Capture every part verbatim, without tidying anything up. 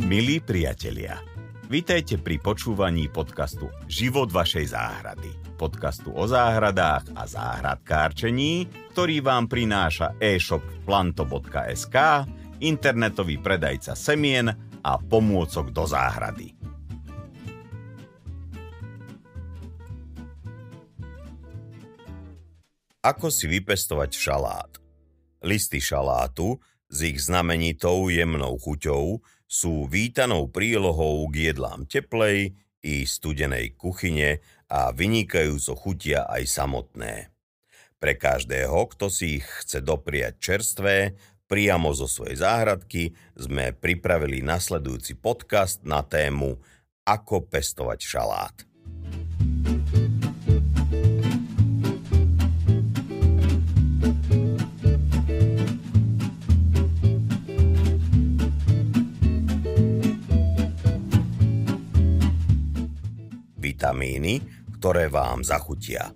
Milí priatelia, vítajte pri počúvaní podcastu Život vašej záhrady. Podcastu o záhradách a záhradkárčení, ktorý vám prináša e-shop planto bodka es ká, internetový predajca semien a pomôcok do záhrady. Ako si vypestovať šalát? Listy šalátu s ich znamenitou jemnou chuťou sú vítanou prílohou k jedlám teplej i studenej kuchyne a vynikajúco chutia aj samotné. Pre každého, kto si ich chce dopriať čerstvé, priamo zo svojej záhradky, sme pripravili nasledujúci podcast na tému Ako pestovať šalát. Vitamíny, ktoré vám zachutia.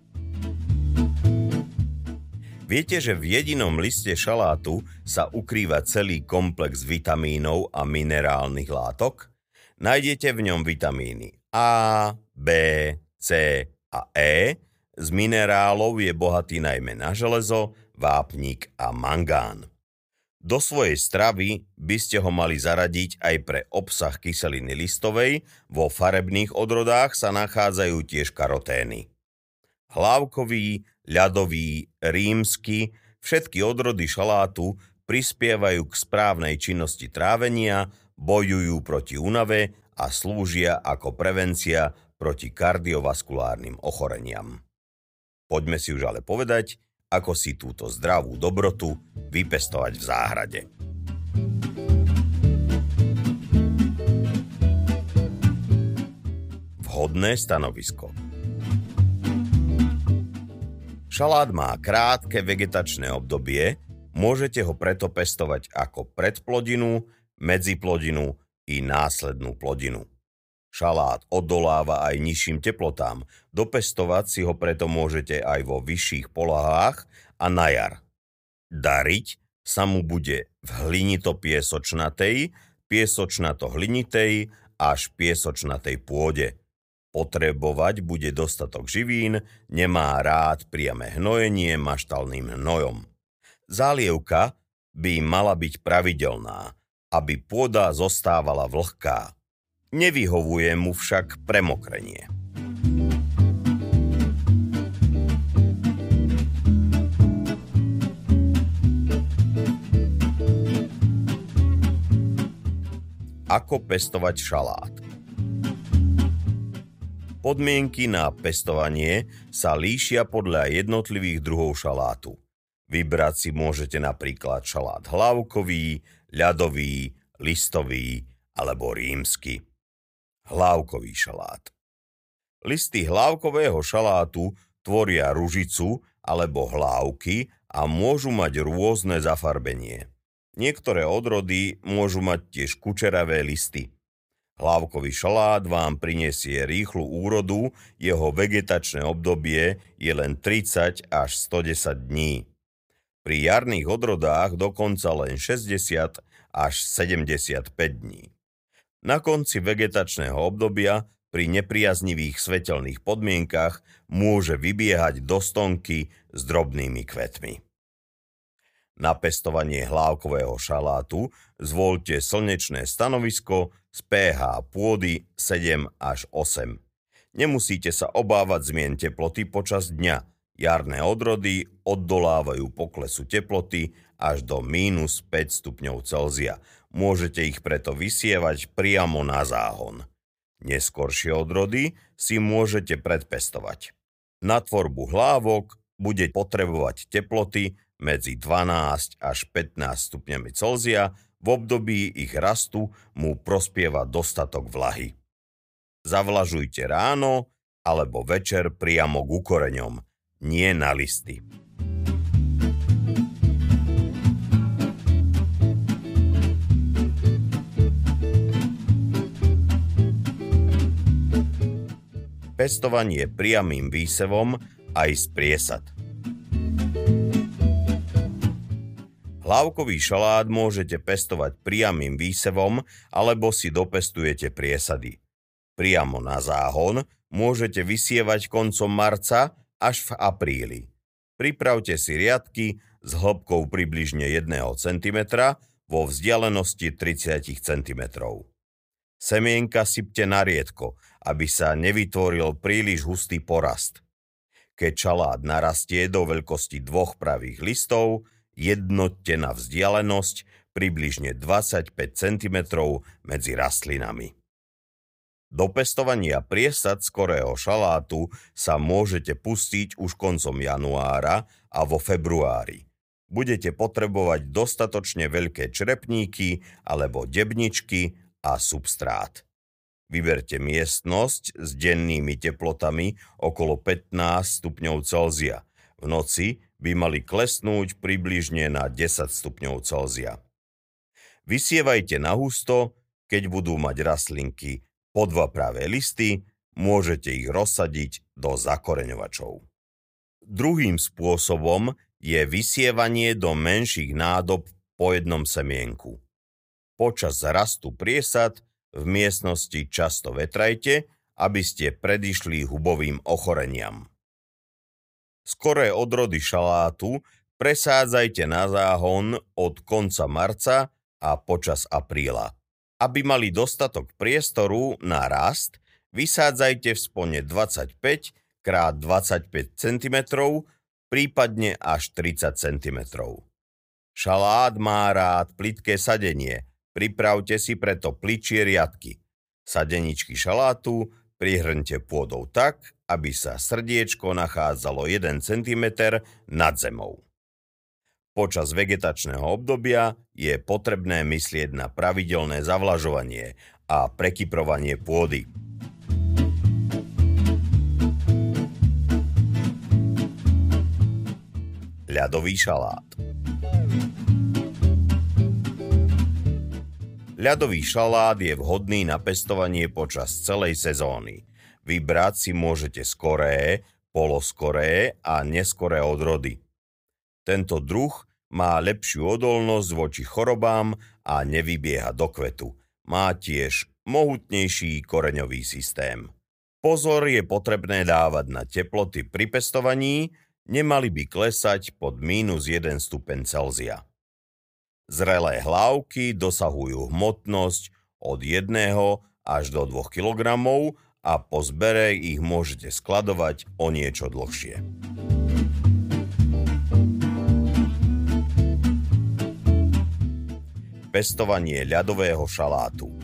Viete, že v jedinom liste šalátu sa ukrýva celý komplex vitamínov a minerálnych látok? Nájdete v ňom vitamíny A, B, C a E. Z minerálov je bohatý najmä na železo, vápnik a mangán. Do svojej stravy by ste ho mali zaradiť aj pre obsah kyseliny listovej, vo farebných odrodách sa nachádzajú tiež karotény. Hlávkový, ľadový, rímsky, všetky odrody šalátu prispievajú k správnej činnosti trávenia, bojujú proti únave a slúžia ako prevencia proti kardiovaskulárnym ochoreniam. Poďme si už ale povedať, ako si túto zdravú dobrotu vypestovať v záhrade. Vhodné stanovisko. Šalát má krátke vegetačné obdobie, môžete ho preto pestovať ako predplodinu, medziplodinu i následnú plodinu. Šalát odoláva aj nižším teplotám, dopestovať si ho preto môžete aj vo vyšších polohách a na jar. Dariť sa mu bude v hlinito-piesočnatej, piesočnato-hlinitej až piesočnatej pôde. Potrebovať bude dostatok živín, nemá rád priame hnojenie maštalným hnojom. Zálievka by mala byť pravidelná, aby pôda zostávala vlhká. Nevyhovuje mu však premokrenie. Ako pestovať šalát? Podmienky na pestovanie sa líšia podľa jednotlivých druhov šalátu. Vybrať si môžete napríklad šalát hlávkový, ľadový, listový alebo rímsky. Hlávkový šalát. Listy hlávkového šalátu tvoria ružicu alebo hlávky a môžu mať rôzne zafarbenie. Niektoré odrody môžu mať tiež kučeravé listy. Hlávkový šalát vám prinesie rýchlu úrodu, jeho vegetačné obdobie je len tridsať až stodesať dní. Pri jarných odrodách dokonca len šesťdesiat až sedemdesiatpäť dní. Na konci vegetačného obdobia pri nepriaznivých svetelných podmienkach môže vybiehať do stonky s drobnými kvetmi. Na pestovanie hlávkového šalátu zvoľte slnečné stanovisko s pH pôdy sedem až osem. Nemusíte sa obávať zmien teploty počas dňa. Jarné odrody oddolávajú poklesu teploty až do mínus päť stupňov Celzia. Môžete ich preto vysievať priamo na záhon. Neskoršie odrody si môžete predpestovať. Na tvorbu hlávok bude potrebovať teploty medzi dvanásť až pätnásť stupňami Celzia, v období ich rastu mu prospieva dostatok vlahy. Zavlažujte ráno alebo večer priamo ku koreňom, nie na listy. Pestovanie priamym výsevom aj z priesad. Hlávkový šalát môžete pestovať priamym výsevom alebo si dopestujete priesady. Priamo na záhon môžete vysievať koncom marca až v apríli. Pripravte si riadky s hĺbkou približne jedného centimetra vo vzdialenosti tridsať centimetrov. Semienka sypte na riedko, aby sa nevytvoril príliš hustý porast. Keď šalát narastie do veľkosti dvoch pravých listov, jednoťte na vzdialenosť približne dvadsaťpäť centimetrov medzi rastlinami. Do pestovania priesad skorého šalátu sa môžete pustiť už koncom januára a vo februári. Budete potrebovať dostatočne veľké črepníky alebo debničky a substrát. Vyberte miestnosť s dennými teplotami okolo pätnásť stupňov Celzia. V noci by mali klesnúť približne na desať stupňov Celzia. Vysievajte na husto, keď budú mať rastlinky po dva pravé listy, môžete ich rozsadiť do zakoreňovačov. Druhým spôsobom je vysievanie do menších nádob po jednom semienku. Počas rastu priesad v miestnosti často vetrajte, aby ste predišli hubovým ochoreniam. Skoré odrody šalátu presádzajte na záhon od konca marca a počas apríla. Aby mali dostatok priestoru na rast, vysádzajte v spone dvadsaťpäť krát dvadsaťpäť centimetrov, prípadne až tridsať centimetrov. Šalát má rád plitké sadenie, pripravte si preto plyčie riadky. Sadeničky šalátu prihrňte pôdou tak, aby sa srdiečko nachádzalo jeden centimeter nad zemou. Počas vegetačného obdobia je potrebné myslieť na pravidelné zavlažovanie a prekyprovanie pôdy. Ľadový šalát. Ľadový šalát je vhodný na pestovanie počas celej sezóny. Vybrať si môžete skoré, poloskoré a neskoré odrody. Tento druh má lepšiu odolnosť voči chorobám a nevybieha do kvetu. Má tiež mohutnejší koreňový systém. Pozor je potrebné dávať na teploty pri pestovaní, nemali by klesať pod mínus jeden stupeň Celzia. Zrelé hlávky dosahujú hmotnosť od jedného až do dvoch kilogramov a po zbere ich môžete skladovať o niečo dlhšie. Pestovanie ľadového šalátu.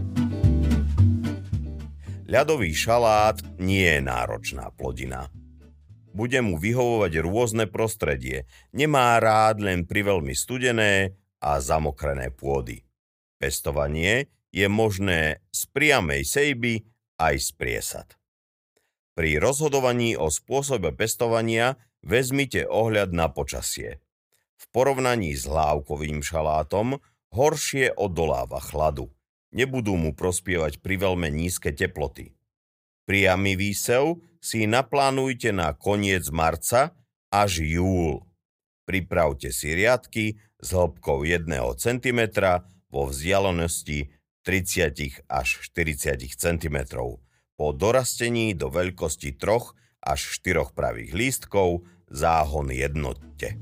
Ľadový šalát nie je náročná plodina. Bude mu vyhovovať rôzne prostredie, nemá rád len priveľmi studené a zamokrené pôdy. Pestovanie je možné z priamej sejby aj z priesad. Pri rozhodovaní o spôsobe pestovania vezmite ohľad na počasie. V porovnaní s hlávkovým šalátom horšie odoláva chladu. Nebudú mu prospievať priveľmi nízke teploty. Priamy výsev si naplánujte na koniec marca až júl. Pripravte si riadky s hĺbkou jedného centimetra vo vzdialenosti tridsať až štyridsať centimetrov. Po dorastení do veľkosti troch až štyroch pravých lístkov záhon jednoťte.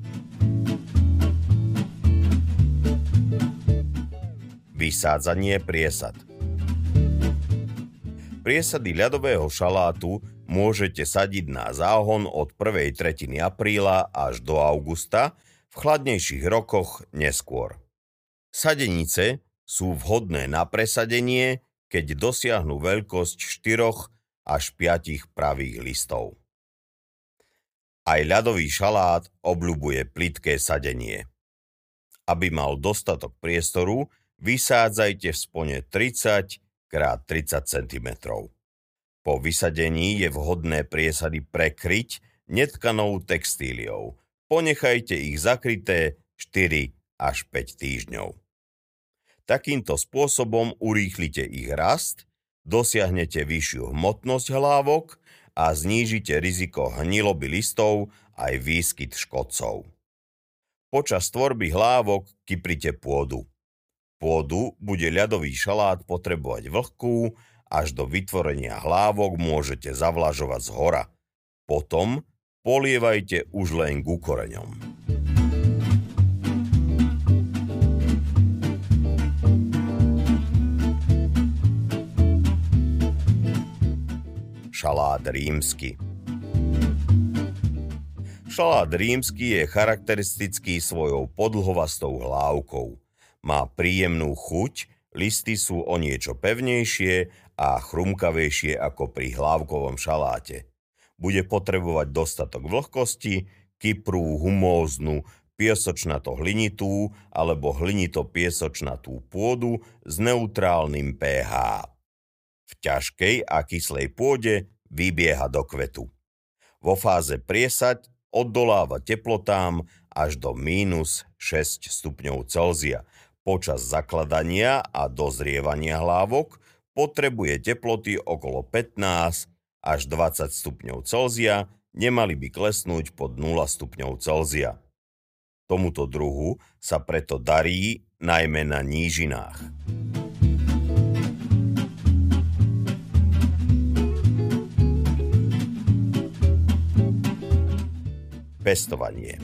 Vysádzanie priesad. Priesady ľadového šalátu môžete sadiť na záhon od prvej tretiny apríla až do augusta, v chladnejších rokoch neskôr. Sadenice sú vhodné na presadenie, keď dosiahnu veľkosť štyroch až piatich pravých listov. Aj ľadový šalát obľubuje plitké sadenie. Aby mal dostatok priestoru, vysádzajte v spone tridsať krát tridsať centimetrov. Po vysadení je vhodné priesady prekryť netkanou textíliou. Ponechajte ich zakryté štyri až päť týždňov. Takýmto spôsobom urýchlite ich rast, dosiahnete vyššiu hmotnosť hlávok a znížite riziko hniloby listov aj výskyt škodcov. Počas tvorby hlávok kyprite pôdu. Pôdu bude ľadový šalát potrebovať vlhkú, až do vytvorenia hlávok môžete zavlažovať zhora. Potom polievajte už len ku koreňom. Šalát rímsky. Šalát rímsky je charakteristický svojou podlhovastou hlávkou. Má príjemnú chuť, listy sú o niečo pevnejšie a chrumkavejšie ako pri hlávkovom šaláte. Bude potrebovať dostatok vlhkosti, kyprú, humóznu, piesočnato-hlinitú alebo hlinito-piesočnatú pôdu s neutrálnym pH. V ťažkej a kyslej pôde vybieha do kvetu. Vo fáze priesať oddoláva teplotám až do mínus šesť stupňov Celzia. Počas zakladania a dozrievania hlávok potrebuje teploty okolo pätnásť až dvadsať stupňov Celzia, nemali by klesnúť pod nula stupňov Celzia. Tomuto druhu sa preto darí najmä na nížinách. Pestovanie.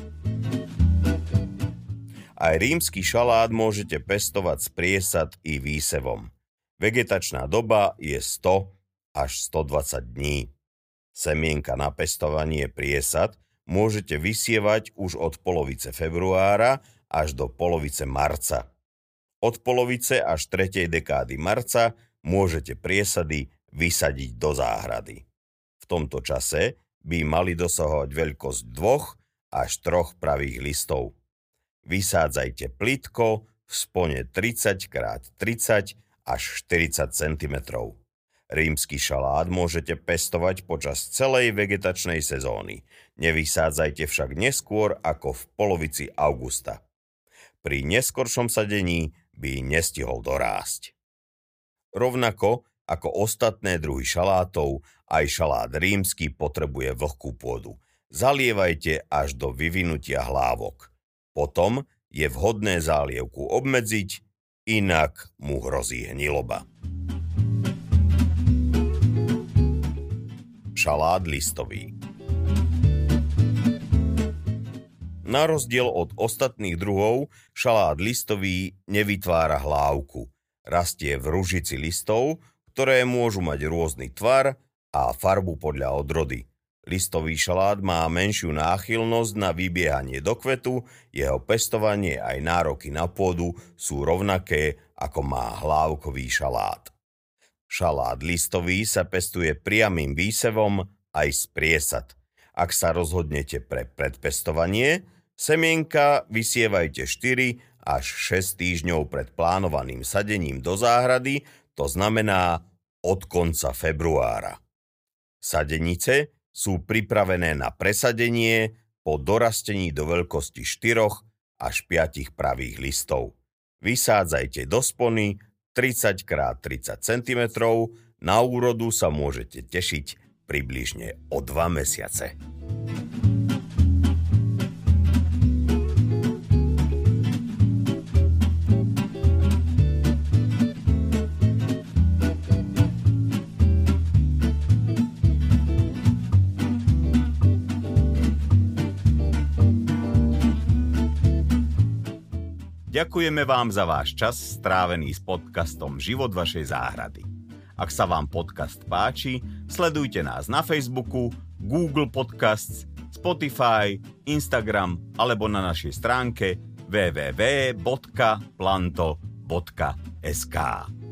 Aj rímsky šalát môžete pestovať s priesad i výsevom. Vegetačná doba je sto až stodvadsať dní. Semienka na pestovanie priesad môžete vysievať už od polovice februára až do polovice marca. Od polovice až tretej dekády marca môžete priesady vysadiť do záhrady. V tomto čase by mali dosahovať veľkosť dvoch až troch pravých listov. Vysádzajte plitko v spone tridsať krát tridsať až štyridsať centimetrov. Rímsky šalát môžete pestovať počas celej vegetačnej sezóny. Nevysádzajte však neskôr ako v polovici augusta. Pri neskoršom sadení by nestihol dorásť. Rovnako ako ostatné druhy šalátov, aj šalát rímsky potrebuje vlhkú pôdu. Zalievajte až do vyvinutia hlávok. Potom je vhodné zálievku obmedziť, inak mu hrozí hniloba. Šalát listový. Na rozdiel od ostatných druhov, šalát listový nevytvára hlávku. Rastie v ružici listov, ktoré môžu mať rôzny tvar a farbu podľa odrody. Listový šalát má menšiu náchylnosť na vybiehanie do kvetu, jeho pestovanie aj nároky na pôdu sú rovnaké, ako má hlávkový šalát. Šalát listový sa pestuje priamym výsevom aj z priesad. Ak sa rozhodnete pre predpestovanie, semienka vysievajte štyri až šesť týždňov pred plánovaným sadením do záhrady, to znamená od konca februára. Sadenice sú pripravené na presadenie po dorastení do veľkosti štyroch až päť pravých listov. Vysádzajte do spony tridsať krát tridsať centimetrov, na úrodu sa môžete tešiť približne o dva mesiace. Ďakujeme vám za váš čas strávený s podcastom Život vašej záhrady. Ak sa vám podcast páči, sledujte nás na Facebooku, Google Podcasts, Spotify, Instagram alebo na našej stránke w w w bodka planto bodka es ká.